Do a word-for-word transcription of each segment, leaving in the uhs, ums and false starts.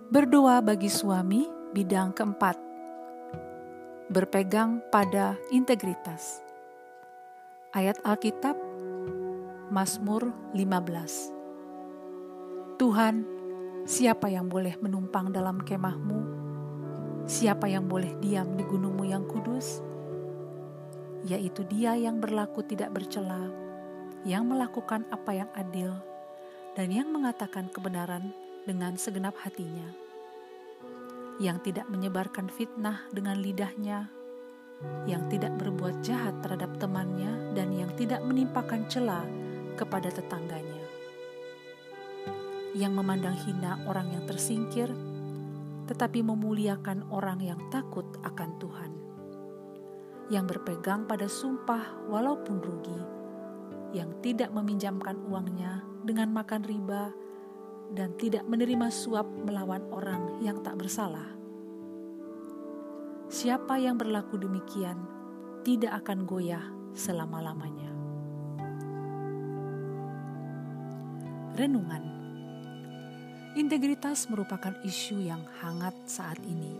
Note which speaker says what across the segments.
Speaker 1: Berdoa bagi suami, bidang keempat. Berpegang pada integritas. Ayat Alkitab, Mazmur lima belas. Tuhan, siapa yang boleh menumpang dalam kemah-Mu? Siapa yang boleh diam di gunung-Mu yang kudus? Yaitu Dia yang berlaku tidak bercela, yang melakukan apa yang adil, dan yang mengatakan kebenaran dengan segenap hatinya, yang tidak menyebarkan fitnah dengan lidahnya, yang tidak berbuat jahat terhadap temannya, dan yang tidak menimpakan cela kepada tetangganya, yang memandang hina orang yang tersingkir, tetapi memuliakan orang yang takut akan Tuhan, yang berpegang pada sumpah walaupun rugi, yang tidak meminjamkan uangnya dengan makan riba, dan tidak menerima suap melawan orang yang tak bersalah. Siapa yang berlaku demikian tidak akan goyah selama-lamanya. Renungan. Integritas merupakan isu yang hangat saat ini.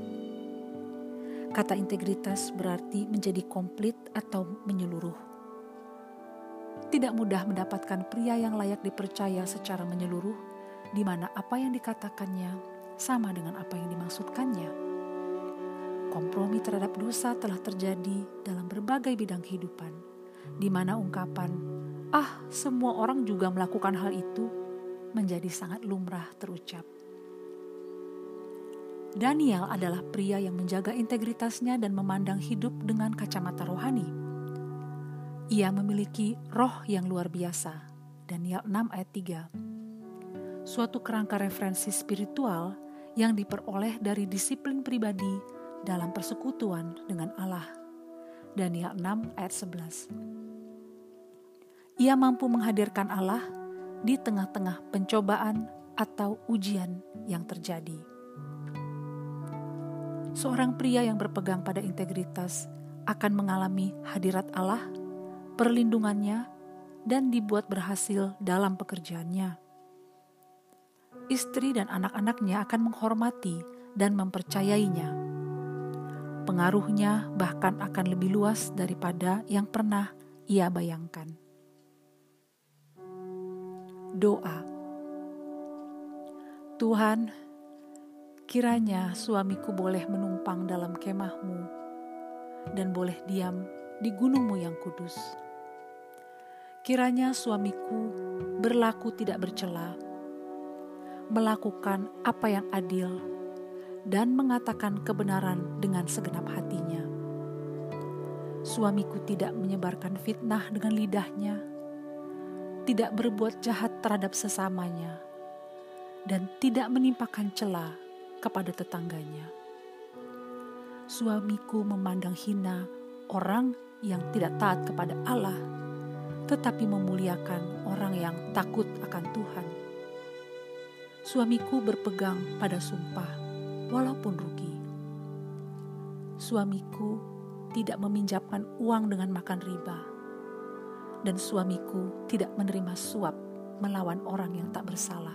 Speaker 1: Kata integritas berarti menjadi komplit atau menyeluruh. Tidak mudah mendapatkan pria yang layak dipercaya secara menyeluruh, di mana apa yang dikatakannya sama dengan apa yang dimaksudkannya. Kompromi terhadap dosa telah terjadi dalam berbagai bidang kehidupan, di mana ungkapan, ah semua orang juga melakukan hal itu, menjadi sangat lumrah terucap. Daniel adalah pria yang menjaga integritasnya dan memandang hidup dengan kacamata rohani. Ia memiliki roh yang luar biasa. Daniel enam ayat tiga. Suatu kerangka referensi spiritual yang diperoleh dari disiplin pribadi dalam persekutuan dengan Allah. Daniel enam ayat sebelas. Ia mampu menghadirkan Allah di tengah-tengah pencobaan atau ujian yang terjadi. Seorang pria yang berpegang pada integritas akan mengalami hadirat Allah, perlindungannya, dan dibuat berhasil dalam pekerjaannya. Istri dan anak-anaknya akan menghormati dan mempercayainya. Pengaruhnya bahkan akan lebih luas daripada yang pernah ia bayangkan. Doa. Tuhan, kiranya suamiku boleh menumpang dalam kemah-Mu dan boleh diam di gunung-Mu yang kudus. Kiranya suamiku berlaku tidak bercela, melakukan apa yang adil, dan mengatakan kebenaran dengan segenap hatinya. Suamiku tidak menyebarkan fitnah dengan lidahnya, tidak berbuat jahat terhadap sesamanya, dan tidak menimpakan cela kepada tetangganya. Suamiku memandang hina orang yang tidak taat kepada Allah, tetapi memuliakan orang yang takut akan Tuhan. Suamiku berpegang pada sumpah, walaupun rugi. Suamiku tidak meminjamkan uang dengan makan riba, dan suamiku tidak menerima suap melawan orang yang tak bersalah.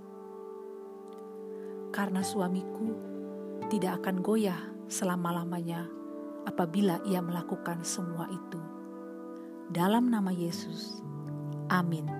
Speaker 1: Karena suamiku tidak akan goyah selama-lamanya apabila ia melakukan semua itu. Dalam nama Yesus, amin.